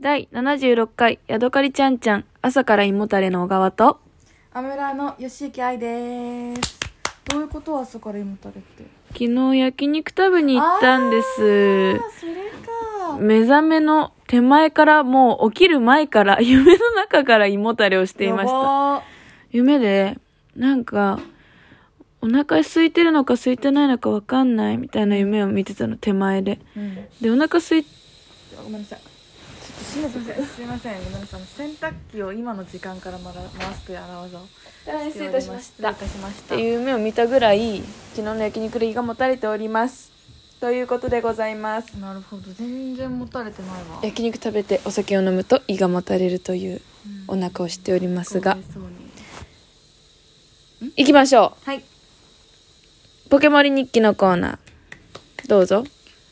第76回ヤドカリちゃんちゃん朝から胃もたれの小川とアムラの吉行愛です。どういうこと？朝から胃もたれって。 昨日焼肉食べに行ったんです。 それか。 目覚めの手前からもう起きる前から夢の中から胃もたれをしていました。夢でなんかお腹空いてるのか空いてないのか分かんないみたいな夢を見てたの、手前で、でお腹空いごめんなさい、すいませんごめんなさい、洗濯機を今の時間から回すという荒技を大変失礼いたしましたっていう夢を見たぐらい昨日の焼肉で胃がもたれておりますということでございます。 なるほど、全然もたれてないわ。 焼肉食べてお酒を飲むと胃がもたれるというお腹をしておりますが、行きましょう。 はい、 ポケモリ日記のコーナーどうぞ。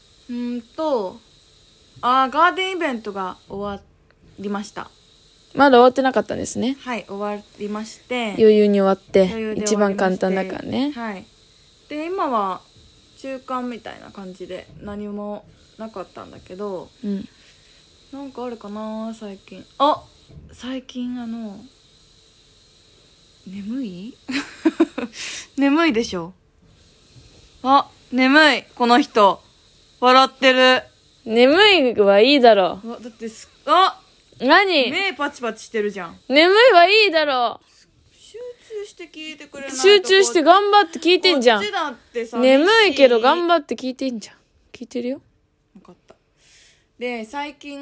ガーデンイベントが終わりました。 まだ終わってなかったんですね。 はい、終わりまして、 余裕に終わって余裕で一番簡単だからね。 はい。で今は中間みたいな感じで何もなかったんだけど、なんかあるかな最近。最近眠い眠いでしょ。眠い、この人笑ってる。 眠いはいいだろう。 だって何？ 目パチパチしてるじゃん。 眠いはいいだろう。 集中して聞いてくれないと。 集中して頑張って聞いてんじゃん。 こっちだってさ、 眠いけど頑張って聞いてんじゃん。聞いてるよ。 分かった。で最近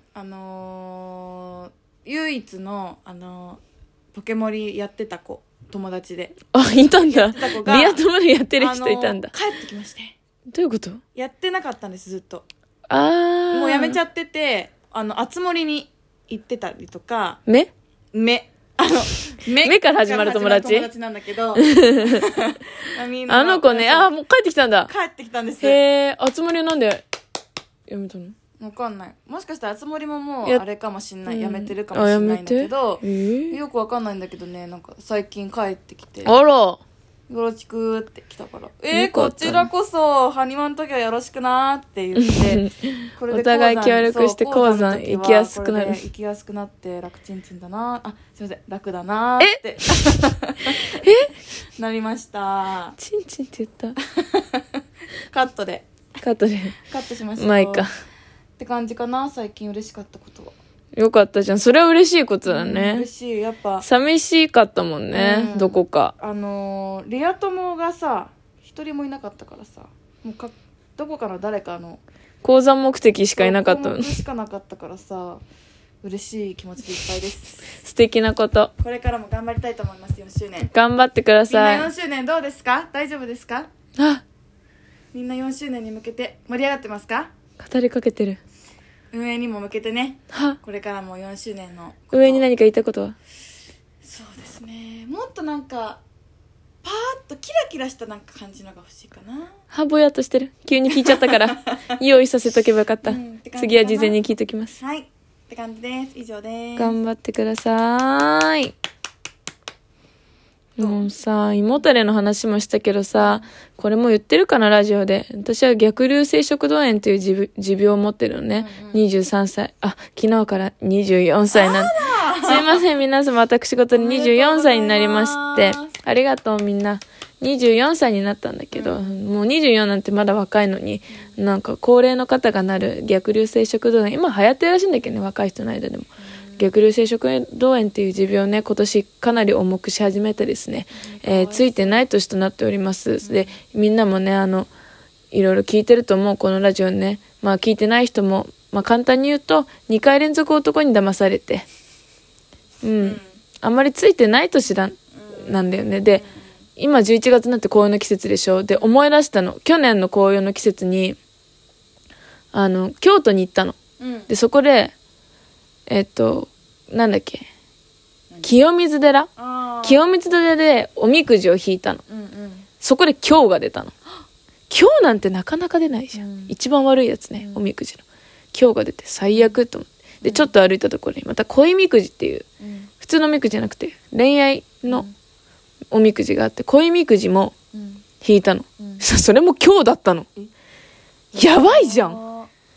唯一のポケモリやってた子、友達でいたんだ。リやってた子がア友でやってる人いたんだ。 帰ってきまして。 どういうこと？ やってなかったんです、ずっと。 ももうやめちゃってて、あつ森に行ってたりとか。 目から始まる友達なんだけどみんなあの子ね、もう帰ってきたんだ。 帰ってきたんです。 あつ森はなんでやめたの？ わかんない。もしかしたらあつ森ももうあれかもしんない、やめてるかもしんないんだけど、よくわかんないんだけどね、なんか最近帰ってきて、 あらよろしくって来たから、こちらこそハニワの時はよろしくなって言ってこれでお互い協力して鉱山行きやすくなる。 行きやすくなって楽ちんちんだな、すいません、楽だなってなりました。 チンチンって言ったカットしました。 まあいいかって感じかな。最近嬉しかったことは。 よかったじゃん。それは嬉しいことだね。 嬉しい。やっぱ寂しかったもんね、どこか。 リア友がさ一人もいなかったからさ、もうどこかの誰かの鉱山目的しかいなかったの。 しかなかったからさ、嬉しい気持ちでいっぱいです。 素敵なこと。 これからも頑張りたいと思います。4周年頑張ってください。 みんな4周年どうですか？大丈夫ですか？みんな4周年に向けて盛り上がってますか？ 語りかけてる。 運営にも向けてね、これからも4周年の運営に何か言いたいことは？ そうですね、もっとなんかパーッとキラキラしたなんか感じのが欲しいかな。 ぼやっとしてる。急に聞いちゃったから用意させとけばよかった、次は事前に聞いときます。 はい、って感じです。以上です。 頑張ってください。もうさ、胃もたれの話もしたけどさ、これも言ってるかな、ラジオで。私は逆流性食道炎という持病を持ってるのね。23歳。昨日から24歳なんすいません、皆様、私事に24歳になりまして。ありがとう、みんな。24歳になったんだけど、もう24なんてまだ若いのに、なんか高齢の方がなる逆流性食道炎、今流行ってるらしいんだけどね、若い人の間でも。逆流性食道炎っていう持病をね、今年かなり重くし始めてですね、ついてない年となっております。で、みんなもね、いろいろ聞いてると思う、このラジオね。聞いてない人も、簡単に言うと、2回連続男に騙されて、あんまりついてない年なんだよね。で、今11月になって紅葉の季節でしょ。で、思い出したの。去年の紅葉の季節に、京都に行ったの。で、そこで、なんだっけ、清水寺でおみくじを引いたの、そこで今日が出たの。今日なんてなかなか出ないじゃん、一番悪いやつね、おみくじの今日が出て最悪と思って、でちょっと歩いたところにまた恋みくじっていう、普通のおみくじじゃなくて恋愛のおみくじがあって、恋みくじも引いたの、それも今日だったの。やばいじゃん。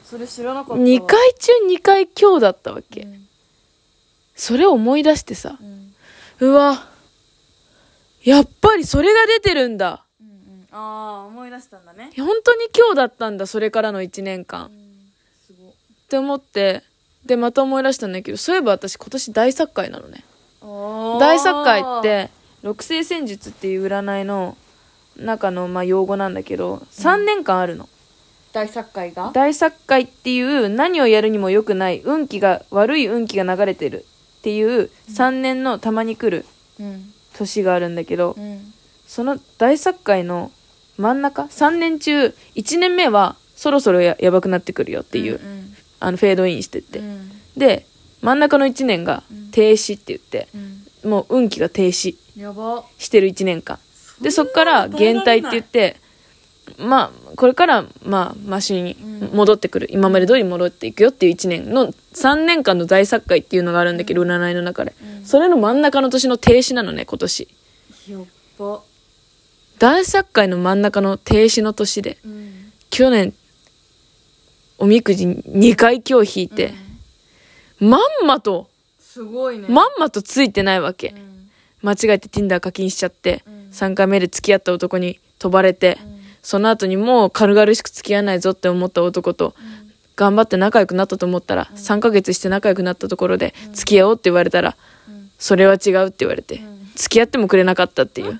それ知らなかったわ。 2回中2回今日だったわけ、 うん、 それを思い出してさ、 うん、 うわ、やっぱりそれが出てるんだ、 うんうん、ああ思い出したんだね。 本当に今日だったんだ、それからの1年間、 すごって思って、でまた思い出したんだけど、そういえば私今年大殺界なのね。 い。 大殺界って六星占術っていう占いの中の用語なんだけど、3年間あるの。 大殺界が大殺界っていう何をやるにも良くない悪い運気が流れてるっていう3年のたまに来る年があるんだけど、その大殺界の真ん中3年中1年目はそろそろ やばくなってくるよっていう、フェードインしてって、で真ん中の1年が停止って言って、もう運気が停止してる1年間で、そっから減退って言って、これからマシに戻ってくる、今まで通り戻っていくよっていう1年の3年間の大殺界っていうのがあるんだけど、占いの中で、それの真ん中の年の停止なのね、今年。 やっば。 大殺界の真ん中の停止の年で、去年おみくじ2回今日引いて、まんまとすごいね。 まんまとついてないわけ、間違えて Tinder 課金しちゃって、3回目で付き合った男に飛ばれて、その後にもう軽々しく付き合わないぞって思った男と、頑張って仲良くなったと思ったら、3ヶ月して仲良くなったところで、付き合おうって言われたら、それは違うって言われて、付き合ってもくれなかったっていう。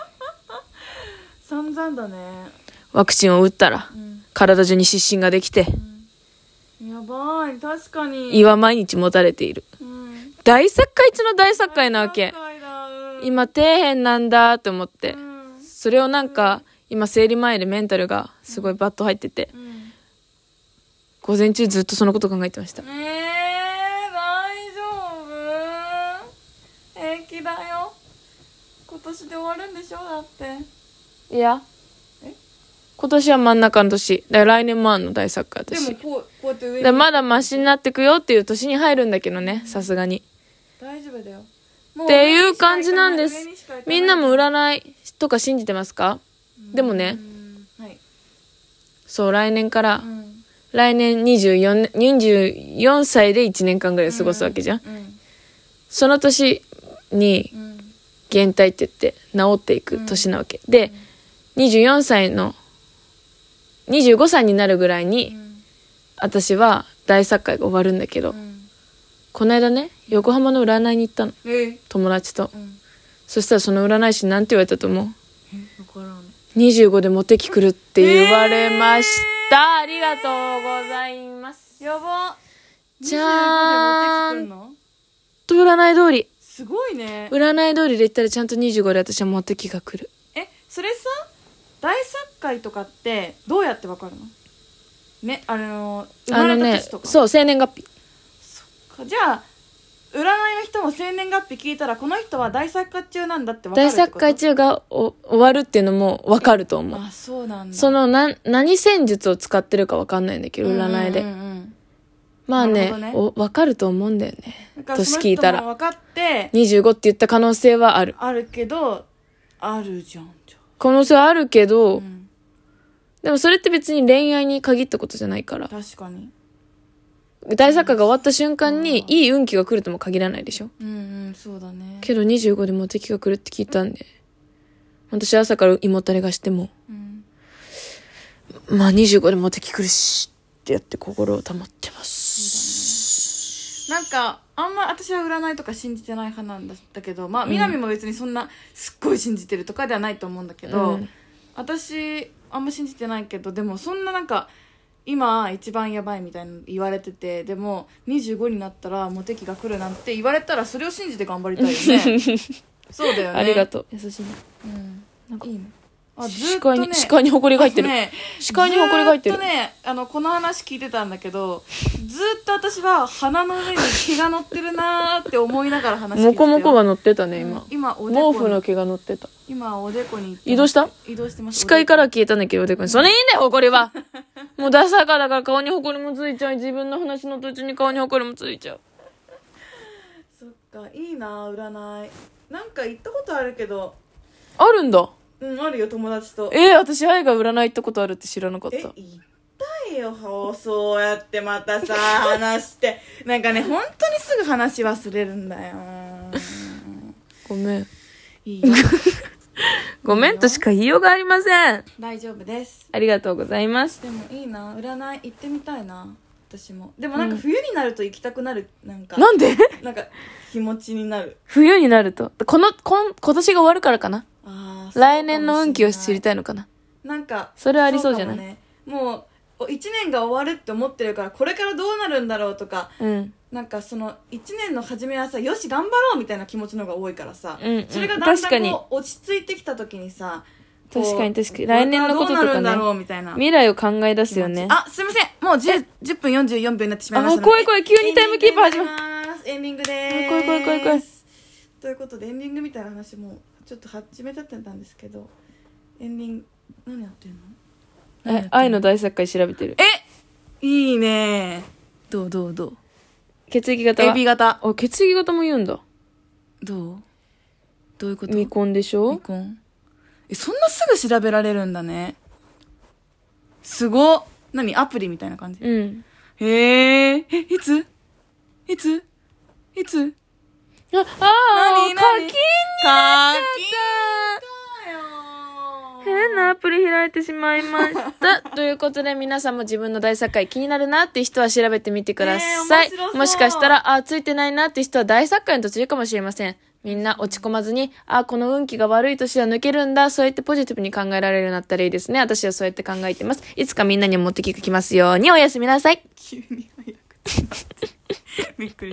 散々だね。 ワクチンを打ったら、体中に湿疹ができて、 やばい、確かに。 胃は毎日持たれている。大殺界中の大殺界なわけ。今底辺なんだって思って、それを今生理前でメンタルがすごいバッと入ってて、午前中ずっとそのこと考えてました。 大丈夫？平気だよ。今年で終わるんでしょ、だって。 いや、今年は真ん中の年だから、来年もあんの大殺界私。 でもこうやって上にだまだマシになってくよっていう年に入るんだけどね、さすがに大丈夫だよっていう感じなんです。みんなも占いとか信じてますか？でもね、 はい、 そう、来年から、来年24歳で1年間ぐらい過ごすわけじゃん、その年に減退って言って治っていく年なわけ、で24歳の25歳になるぐらいに、私は大殺界が終わるんだけど、この間ね、横浜の占いに行ったの、友達と、そしたらその占い師になんて言われたと思う？ 分からん。 25でモテ期来るって言われました、ありがとうございます。 やば。 じゃーん 25でモテ期来るの？ と占い通り、 すごいね。 占い通りで言ったらちゃんと25で私はモテ期が来る。 それさ、大殺界とかってどうやってわかるの？ね、生まれた年とか。 そう、生年月日。 そっか。じゃあ占いの人も生年月日聞いたら、この人は大殺界中なんだってわかるってこと？大殺界中が終わるっていうのもわかると思う。 あ、そうなんだ。 その何戦術を使ってるかわかんないんだけど、占いで。まあね、わかると思うんだよね。年聞いたら。 分かって、 25って言った可能性はある。 あるけど、あるじゃん。 可能性はあるけど、でもそれって別に恋愛に限ったことじゃないから。 確かに。 大殺界が終わった瞬間にいい運気が来るとも限らないでしょ。 そうだね。 けど25でモテ期が来るって聞いたんで、私朝から胃もたれがしても、まあ25でモテ期来るしってやって心を保ってます。 あんま私は占いとか信じてない派なんだけど、南も別にそんなすっごい信じてるとかではないと思うんだけど、私あんま信じてないけど、でもそんな今一番やばいみたいな言われてて、でも25になったらモテ期が来るなんて言われたら、それを信じて頑張りたいよね。そうだよね。 ありがとう。優しいね。 いいね。 ずっとね、視界に埃が入ってる。視界に埃が入ってる。 ずっとね、この話聞いてたんだけど、ずっと私は鼻の上に毛が乗ってるなーって思いながら話聞いてたよ。 モコモコが乗ってたね、今。 今おでこに。 毛布の毛が乗ってた。 今おでこに移動した？ 移動してます。 視界から消えたんだけど、おでこに。それいいんだよ、埃は。もうダサかだから顔に埃もついちゃう。自分の話の途中に顔に埃もついちゃう。 そっか、いいな占い。行ったことあるけど。 あるんだ。 あるよ、友達と。 私、愛が占い行ったことあるって知らなかった。 行ったたいよ、そうやってまたさ、話して。なんかね、本当にすぐ話忘れるんだよ。 ごめん。 いいよ。 ごめんとしか言いようがありません。 大丈夫です。 ありがとうございます。 でもいいな、占い行ってみたいな、私も。でもなんか冬になると行きたくなる、なんか。 なんでなんか気持ちになる。 冬になると。今年が終わるからかな。 あ、 来年の運気を知りたいのかな。 なんかそれはありそうじゃない？ ね、もう1年が終わるって思ってるから、これからどうなるんだろうとか、 うん、 なんかその1年の初めはさ、よし頑張ろうみたいな気持ちの方が多いからさ、 うんうん、 それがだんだんこう落ち着いてきた時にさ、 確かに来年のこととかね、未来を考え出すよね。 あ、すいません、もう 10分44秒になってしまいましたので、 怖い、急にタイムキーパー始まる。 エンディングでーす。 怖い。 ということでエンディングみたいな話もちょっと始めたってたんですけど、エンディング何やってんの？ 愛の大作会調べてる。 いいね。どう血液型は AB 型。 血液型も言うんだ。 どういうこと？ 未婚でしょ？ 未婚。そんなすぐ調べられるんだね。すごっ。何？アプリみたいな感じ？ うん。 へえ。いつ何？課金変なアプリ開いてしまいました。ということで皆さんも自分の大作会気になるなっていう人は調べてみてください。もしかしたら、ついてないなっていう人は大作会の途中かもしれません。みんな落ち込まずに、この運気が悪い年は抜けるんだ。そうやってポジティブに考えられるようになったらいいですね。私はそうやって考えてます。いつかみんなに持ってきますように。おやすみなさい。 急に早くびっくり